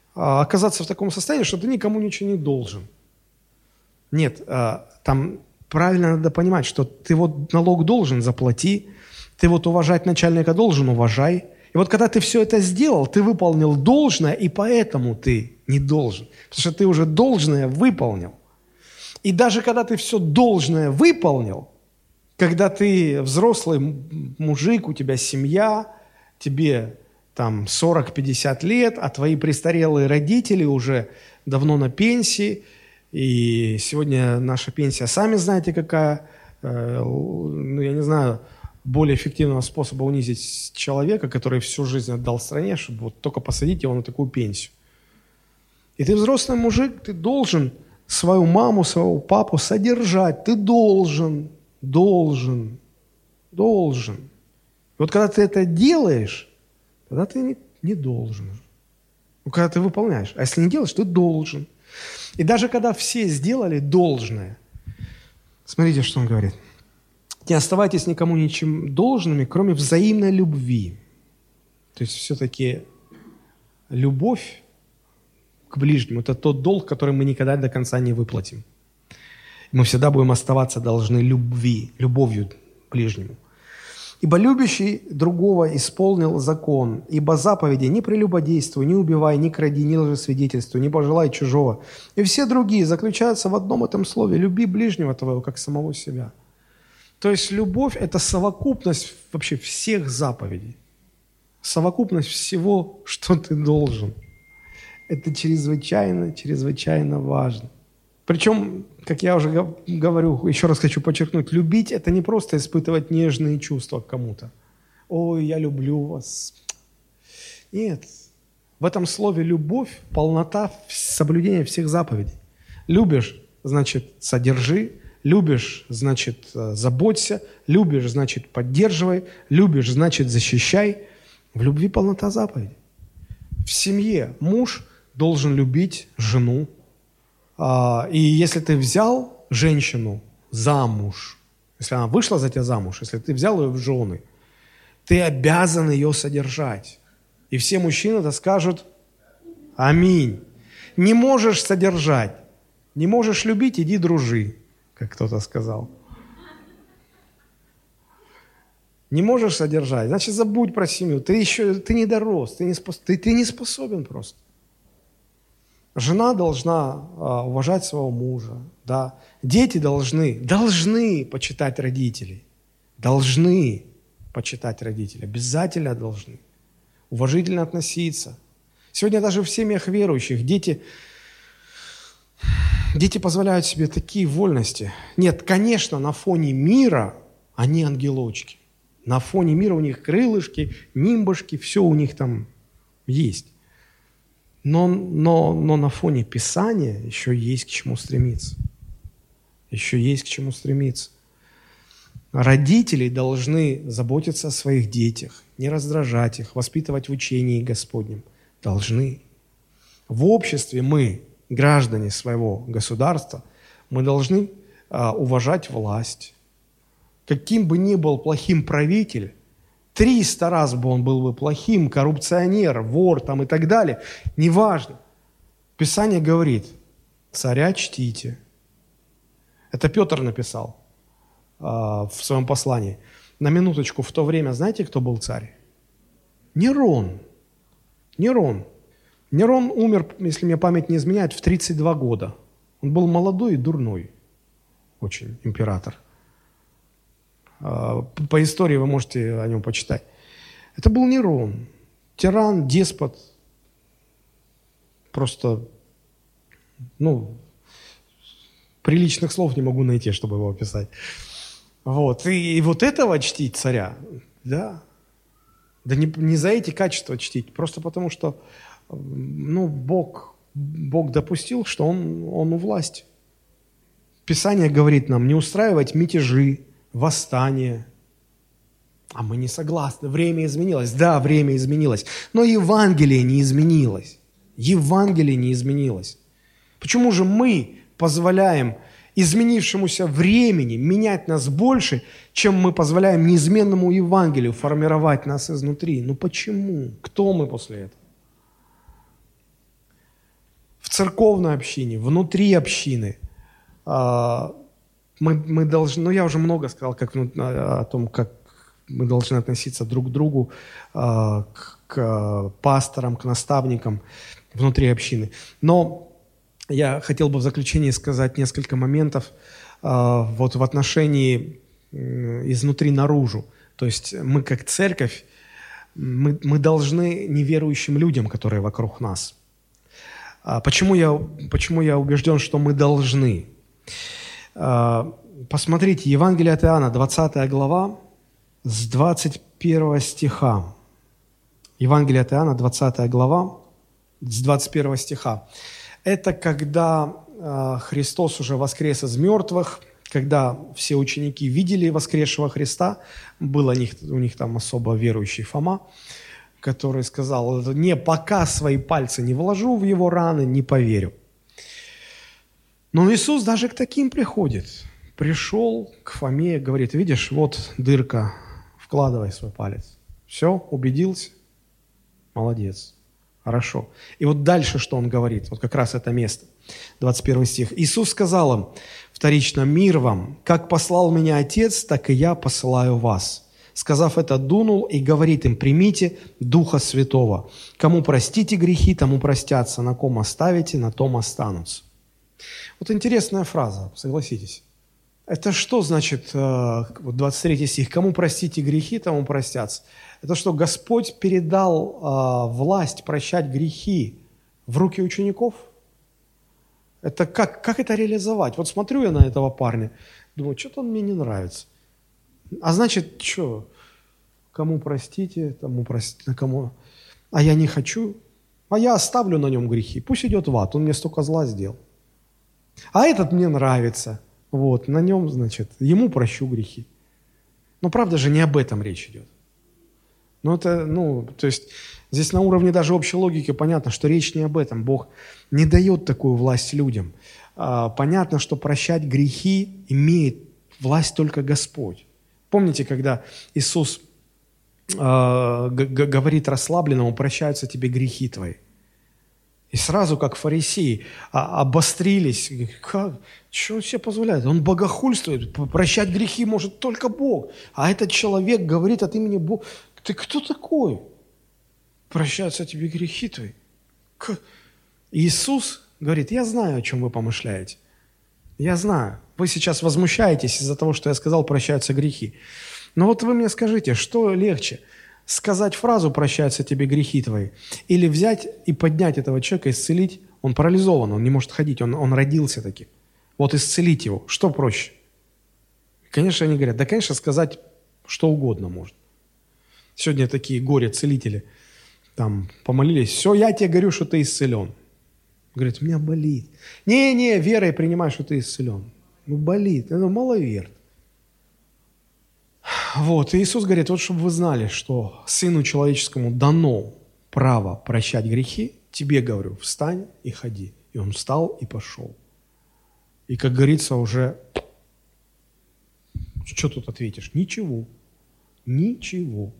а, оказаться в таком состоянии, что ты никому ничего не должен. Нет, а, там правильно надо понимать, что ты вот налог должен, заплати, ты вот уважать начальника должен, уважай. И вот когда ты все это сделал, ты выполнил должное, и поэтому ты не должен. Потому что ты уже должное выполнил. И даже когда ты все должное выполнил, когда ты взрослый мужик, у тебя семья, тебе там сорок-пятьдесят лет, а твои престарелые родители уже давно на пенсии, и сегодня наша пенсия, сами знаете, какая, э, ну, я не знаю, более эффективного способа унизить человека, который всю жизнь отдал стране, чтобы вот только посадить его на такую пенсию. И ты взрослый мужик, ты должен свою маму, своего папу содержать, ты должен, должен, должен. И вот когда ты это делаешь, тогда ты не, не должен. Ну, когда ты выполняешь. А если не делаешь, ты должен. И даже когда все сделали должное, смотрите, что он говорит. Не оставайтесь никому ничем должными, кроме взаимной любви. То есть все-таки любовь к ближнему – это тот долг, который мы никогда до конца не выплатим. Мы всегда будем оставаться должны любви, любовью к ближнему. «Ибо любящий другого исполнил закон, ибо заповеди не прелюбодействуй, не убивай, не кради, не лжесвидетельствуй, не пожелай чужого. И все другие заключаются в одном этом слове – люби ближнего твоего, как самого себя». То есть любовь – это совокупность вообще всех заповедей, совокупность всего, что ты должен. Это чрезвычайно, чрезвычайно важно. Причем, как я уже говорю, еще раз хочу подчеркнуть, любить – это не просто испытывать нежные чувства к кому-то. «Ой, я люблю вас». Нет. В этом слове «любовь» – полнота соблюдения всех заповедей. Любишь – значит, содержи. Любишь, значит, заботься. Любишь, значит, поддерживай. Любишь, значит, защищай. В любви полнота заповедей. В семье муж должен любить жену. И если ты взял женщину замуж, если она вышла за тебя замуж, если ты взял ее в жены, ты обязан ее содержать. И все мужчины-то скажут «Аминь». Не можешь содержать, не можешь любить, иди дружи, как кто-то сказал. Не можешь содержать, значит, забудь про семью. Ты еще ты не дорос, ты не, спос, ты, ты не способен просто. Жена должна а, уважать своего мужа, да. Дети должны, должны почитать родителей. Должны почитать родителей, обязательно должны. Уважительно относиться. Сегодня даже в семьях верующих дети, дети позволяют себе такие вольности. Нет, конечно, на фоне мира они ангелочки. На фоне мира у них крылышки, нимбышки, все у них там есть. Но, но, но на фоне Писания еще есть к чему стремиться. Еще есть к чему стремиться. Родители должны заботиться о своих детях, не раздражать их, воспитывать в учении Господнем. Должны. В обществе мы, граждане своего государства, мы должны а, уважать власть. Каким бы ни был плохим правитель, триста раз бы он был бы плохим, коррупционер, вор там и так далее, неважно. Писание говорит, царя чтите. Это Петр написал э, в своем послании. На минуточку, в то время, знаете, кто был царь? Нерон. Нерон. Нерон умер, если мне память не изменяет, в тридцать два года. Он был молодой и дурной. Очень император. По истории вы можете о нем почитать. Это был Нерон, тиран, деспот, просто, ну, приличных слов не могу найти, чтобы его описать. Вот. И, и вот этого чтить царя, да, да не, не за эти качества чтить, просто потому что, ну, Бог, Бог допустил, что он, он у власти. Писание говорит нам не устраивать мятежи, восстание. А мы не согласны. Время изменилось. Да, время изменилось. Но Евангелие не изменилось. Евангелие не изменилось. Почему же мы позволяем изменившемуся времени менять нас больше, чем мы позволяем неизменному Евангелию формировать нас изнутри? Ну почему? Кто мы после этого? церковной общине, внутри общины. Мы, мы должны, ну я уже много сказал как, о том, как мы должны относиться друг к другу, к, к пасторам, к наставникам внутри общины. Но я хотел бы в заключение сказать несколько моментов вот в отношении изнутри наружу. То есть мы как церковь, мы, мы должны неверующим людям, которые вокруг нас. Почему я, почему я убежден, что мы должны? Посмотрите, Евангелие от Иоанна, двадцатая глава, с двадцать первого стиха. Евангелие от Иоанна, двадцатая глава, с двадцать первого стиха. Это когда Христос уже воскрес из мертвых, когда все ученики видели воскресшего Христа, был у них, у них там особо верующий Фома, который сказал: «Не, пока свои пальцы не вложу в его раны, не поверю». Но Иисус даже к таким приходит. Пришел к Фоме, говорит: видишь, вот дырка, вкладывай свой палец. Все, убедился? Молодец. Хорошо. И вот дальше, что он говорит, вот как раз это место, двадцать первый стих. Иисус сказал им вторично: «Мир вам, как послал меня Отец, так и я посылаю вас». Сказав это, дунул и говорит им: «Примите Духа Святого. Кому простите грехи, тому простятся, на ком оставите, на том останутся». Вот интересная фраза, согласитесь. Это что значит, вот двадцать третий стих, «Кому простите грехи, тому простятся». Это что, Господь передал э, власть прощать грехи в руки учеников? Это как, как это реализовать? Вот смотрю я на этого парня, думаю, что-то он мне не нравится. А значит, что? Кому простите, тому простите, кому... А я не хочу, а я оставлю на нем грехи. Пусть идет в ад, он мне столько зла сделал. А этот мне нравится, вот, на нем, значит, ему прощу грехи. Но правда же не об этом речь идет. Ну, это, ну, то есть здесь на уровне даже общей логики понятно, что речь не об этом. Бог не дает такую власть людям. А, понятно, что прощать грехи имеет власть только Господь. Помните, когда Иисус а, г- г- говорит расслабленному: «Прощаются тебе грехи твои». И сразу, как фарисеи, а, обострились. Как? Что он себе позволяет? Он богохульствует. Прощать грехи может только Бог. А этот человек говорит от имени Бога. Ты кто такой? Прощаются тебе грехи твои. Как? Иисус говорит: я знаю, о чем вы помышляете. Я знаю. Вы сейчас возмущаетесь из-за того, что я сказал, прощаются грехи. Но вот вы мне скажите, что легче? Сказать фразу «прощаются тебе грехи твои» или взять и поднять этого человека, исцелить? Он парализован, он не может ходить, он, он родился таким. Вот исцелить его. Что проще? Конечно, они говорят: да, конечно, сказать что угодно может. Сегодня такие горе-целители там помолились: все, я тебе говорю, что ты исцелен. Говорит: у меня болит. Не-не, верой принимай, что ты исцелен. Ну, болит, это маловерт. Вот, и Иисус говорит: вот чтобы вы знали, что Сыну Человеческому дано право прощать грехи, тебе говорю, встань и ходи. И он встал и пошел. И, как говорится, уже, что тут ответишь? Ничего. Ничего.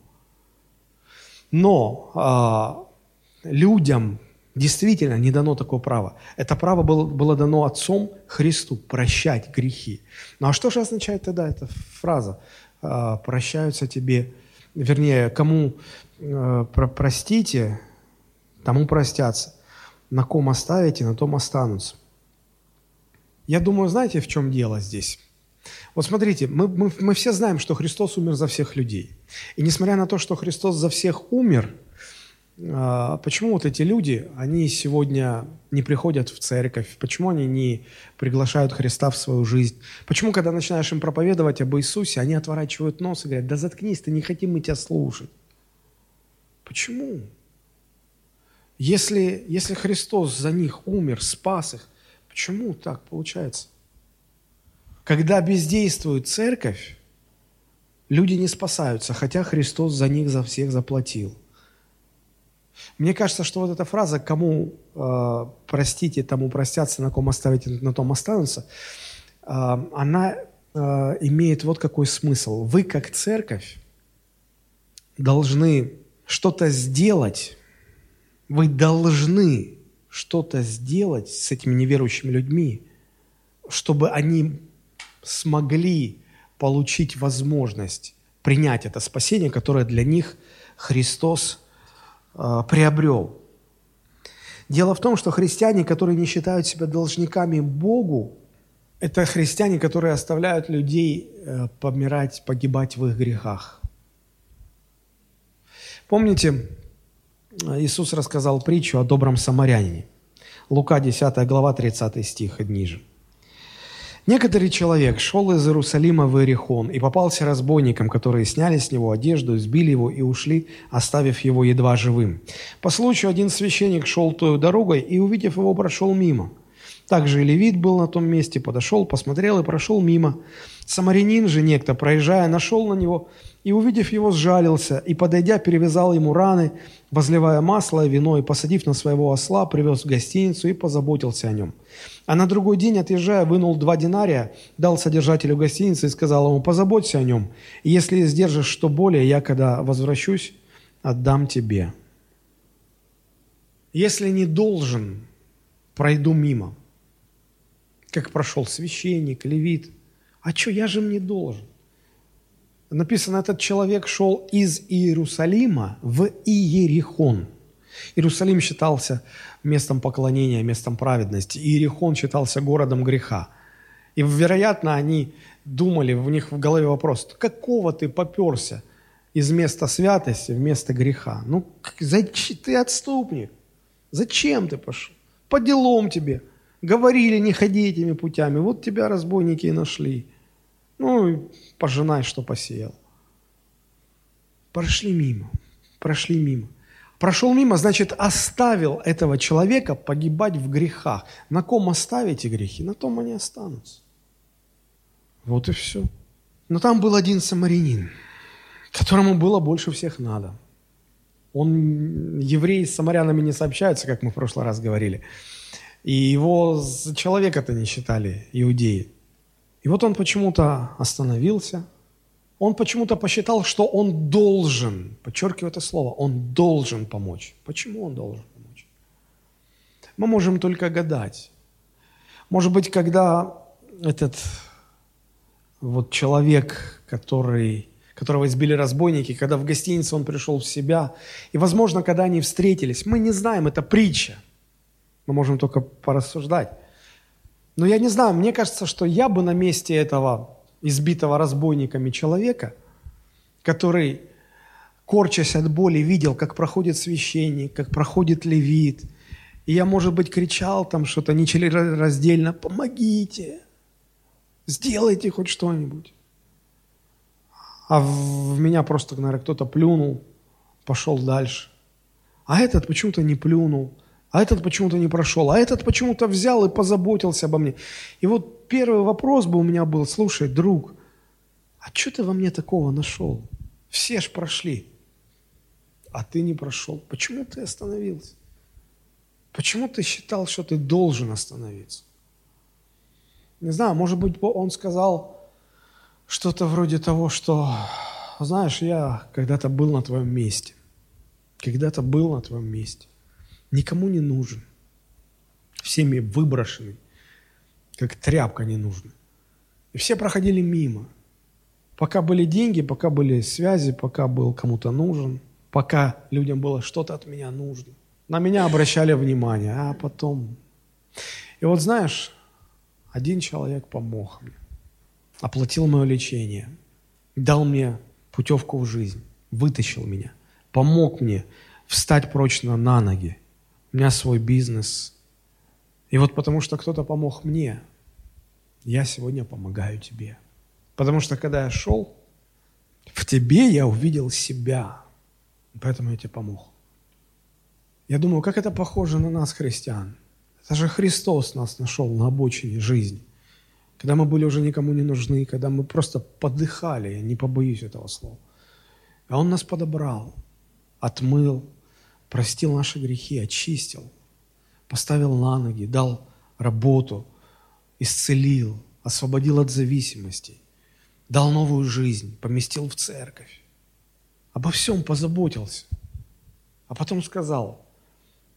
Но а, людям действительно не дано такое право. Это право было, было дано Отцом Христу прощать грехи. Ну а что же означает тогда эта фраза? А, прощаются тебе, вернее, кому а, про, простите, тому простятся. На ком оставите, на том останутся. Я думаю, знаете, в чем дело здесь? Вот смотрите, мы, мы, мы все знаем, что Христос умер за всех людей. И несмотря на то, что Христос за всех умер, а, почему вот эти люди, они сегодня не приходят в церковь? Почему они не приглашают Христа в свою жизнь? Почему, когда начинаешь им проповедовать об Иисусе, они отворачивают нос и говорят: да заткнись, ты, не хотим мы тебя слушать? Почему? Если, если Христос за них умер, спас их, почему так получается? Когда бездействует церковь, люди не спасаются, хотя Христос за них, за всех заплатил. Мне кажется, что вот эта фраза «кому э, простите, тому простятся, на ком оставите, на том останутся», э, она э, имеет вот какой смысл. Вы, как церковь, должны что-то сделать, вы должны что-то сделать с этими неверующими людьми, чтобы они смогли получить возможность принять это спасение, которое для них Христос э, приобрел. Дело в том, что христиане, которые не считают себя должниками Богу, это христиане, которые оставляют людей э, помирать, погибать в их грехах. Помните, Иисус рассказал притчу о добром самарянине. Лука десятая глава, тридцатый стих и ниже. «Некоторый человек шел из Иерусалима в Иерихон и попался разбойникам, которые сняли с него одежду, избили его и ушли, оставив его едва живым. По случаю один священник шел той дорогой и, увидев его, прошел мимо. Также и левит был на том месте, подошел, посмотрел и прошел мимо. Самарянин же некто, проезжая, нашел на него и, увидев его, сжалился и, подойдя, перевязал ему раны, возливая масло и вино, и, посадив на своего осла, привез в гостиницу и позаботился о нем. А на другой день, отъезжая, вынул два динария, дал содержателю гостиницы и сказал ему: позаботься о нем, и если сдержишь что более, я, когда возвращусь, отдам тебе. Если не должен, пройду мимо, как прошел священник, левит. А что, я же мне должен? Написано, этот человек шел из Иерусалима в Иерихон. Иерусалим считался местом поклонения, местом праведности. Иерихон считался городом греха. И, вероятно, они думали, у них в голове вопрос: какого ты поперся из места святости в место греха? Ну, зачем ты отступник? Зачем ты пошел? По делам тебе. Говорили, не ходи этими путями. Вот тебя разбойники и нашли. Ну, пожинай, что посеял. Прошли мимо. Прошли мимо. Прошел мимо, значит, оставил этого человека погибать в грехах. На ком оставите грехи, на том они останутся. Вот и все. Но там был один самарянин, которому было больше всех надо. Он, евреи с самарянами не сообщаются, как мы в прошлый раз говорили. И его за человека-то не считали иудеи. И вот он почему-то остановился, он почему-то посчитал, что он должен, подчеркиваю это слово, он должен помочь. Почему он должен помочь? Мы можем только гадать. Может быть, когда этот вот человек, который, которого избили разбойники, когда в гостинице он пришел в себя, и, возможно, когда они встретились, мы не знаем, это притча. Мы можем только порассуждать. Но я не знаю, мне кажется, что я бы на месте этого избитого разбойниками человека, который, корчась от боли, видел, как проходит священник, как проходит левит, и я, может быть, кричал там что-то нечленораздельно: помогите, сделайте хоть что-нибудь. А в меня просто, наверное, кто-то плюнул, пошел дальше. А этот почему-то не плюнул. А этот почему-то не прошел, а этот почему-то взял и позаботился обо мне. И вот первый вопрос бы у меня был: слушай, друг, а что ты во мне такого нашел? Все ж прошли, а ты не прошел. Почему ты остановился? Почему ты считал, что ты должен остановиться? Не знаю, может быть, он сказал что-то вроде того, что, знаешь, я когда-то был на твоем месте. Когда-то был на твоем месте. Никому не нужен, всеми выброшенный, как тряпка не нужна. И все проходили мимо. Пока были деньги, пока были связи, пока был кому-то нужен, пока людям было что-то от меня нужно. На меня обращали внимание, а потом... И вот знаешь, один человек помог мне, оплатил мое лечение, дал мне путевку в жизнь, вытащил меня, помог мне встать прочно на ноги. У меня свой бизнес. И вот потому что кто-то помог мне, я сегодня помогаю тебе. Потому что когда я шел, в тебе я увидел себя. Поэтому я тебе помог. Я думаю, как это похоже на нас, христиан. Это же Христос нас нашел на обочине жизни. Когда мы были уже никому не нужны, когда мы просто подыхали, я не побоюсь этого слова. А Он нас подобрал, отмыл, простил наши грехи, очистил, поставил на ноги, дал работу, исцелил, освободил от зависимостей, дал новую жизнь, поместил в церковь. Обо всем позаботился. А потом сказал: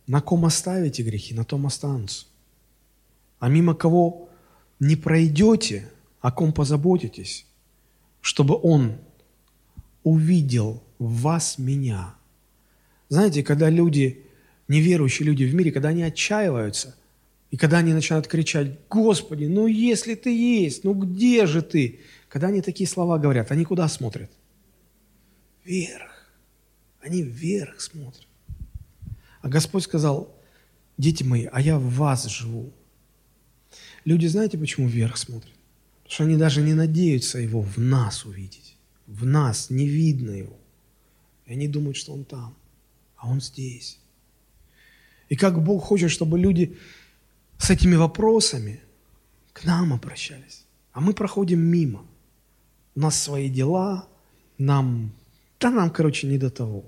На ком оставите грехи, на том останутся. А мимо кого не пройдете, о ком позаботитесь, чтобы он увидел в вас меня. Знаете, когда люди, неверующие люди в мире, когда они отчаиваются, и когда они начинают кричать: «Господи, ну если Ты есть, ну где же Ты?» Когда они такие слова говорят, они куда смотрят? Вверх. Они вверх смотрят. А Господь сказал: дети мои, а я в вас живу. Люди, знаете, почему вверх смотрят? Потому что они даже не надеются Его в нас увидеть. В нас не видно Его. И они думают, что Он там, а Он здесь. И как Бог хочет, чтобы люди с этими вопросами к нам обращались. А мы проходим мимо. У нас свои дела, нам, да нам, короче, не до того.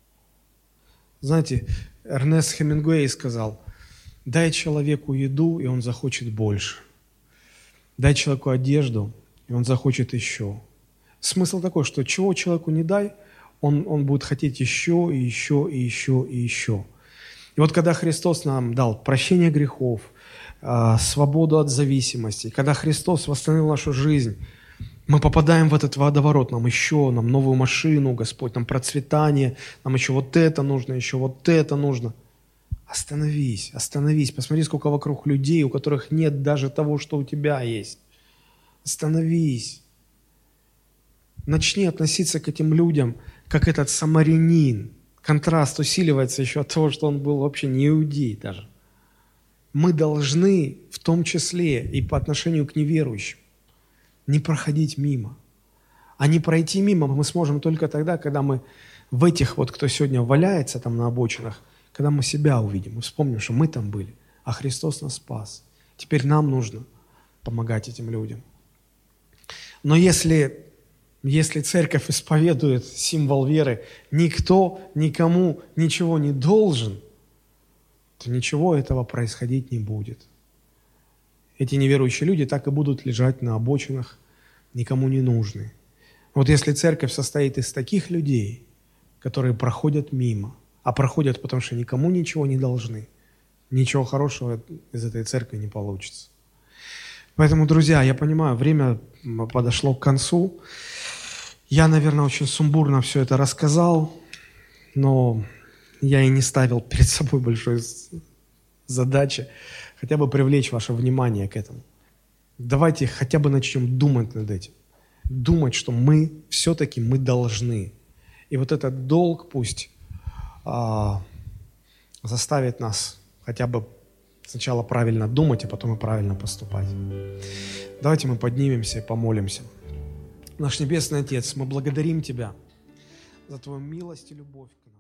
Знаете, Эрнест Хемингуэй сказал: дай человеку еду, и он захочет больше. Дай человеку одежду, и он захочет еще. Смысл такой, что чего человеку не дай, он, он будет хотеть еще, и еще, и еще, и еще. И вот когда Христос нам дал прощение грехов, свободу от зависимости, когда Христос восстановил нашу жизнь, мы попадаем в этот водоворот, нам еще, нам новую машину, Господь, нам процветание, нам еще вот это нужно, еще вот это нужно. Остановись, остановись, посмотри, сколько вокруг людей, у которых нет даже того, что у тебя есть. Остановись. Начни относиться к этим людям, как этот самарянин. Контраст усиливается еще от того, что он был вообще не иудей даже. Мы должны, в том числе и по отношению к неверующим, не проходить мимо. А не пройти мимо мы сможем только тогда, когда мы в этих вот, кто сегодня валяется там на обочинах, когда мы себя увидим, мы вспомним, что мы там были, а Христос нас спас. Теперь нам нужно помогать этим людям. Но если, если церковь исповедует символ веры, никто никому ничего не должен, то ничего этого происходить не будет. Эти неверующие люди так и будут лежать на обочинах, никому не нужны. Вот если церковь состоит из таких людей, которые проходят мимо, а проходят, потому что никому ничего не должны, ничего хорошего из этой церкви не получится. Поэтому, друзья, я понимаю, время подошло к концу. Я, наверное, очень сумбурно все это рассказал, но я и не ставил перед собой большой задачи хотя бы привлечь ваше внимание к этому. Давайте хотя бы начнем думать над этим. Думать, что мы все-таки мы должны. И вот этот долг пусть а, заставит нас хотя бы сначала правильно думать, а потом и правильно поступать. Давайте мы поднимемся и помолимся. Наш Небесный Отец, мы благодарим Тебя за Твою милость и любовь к нам.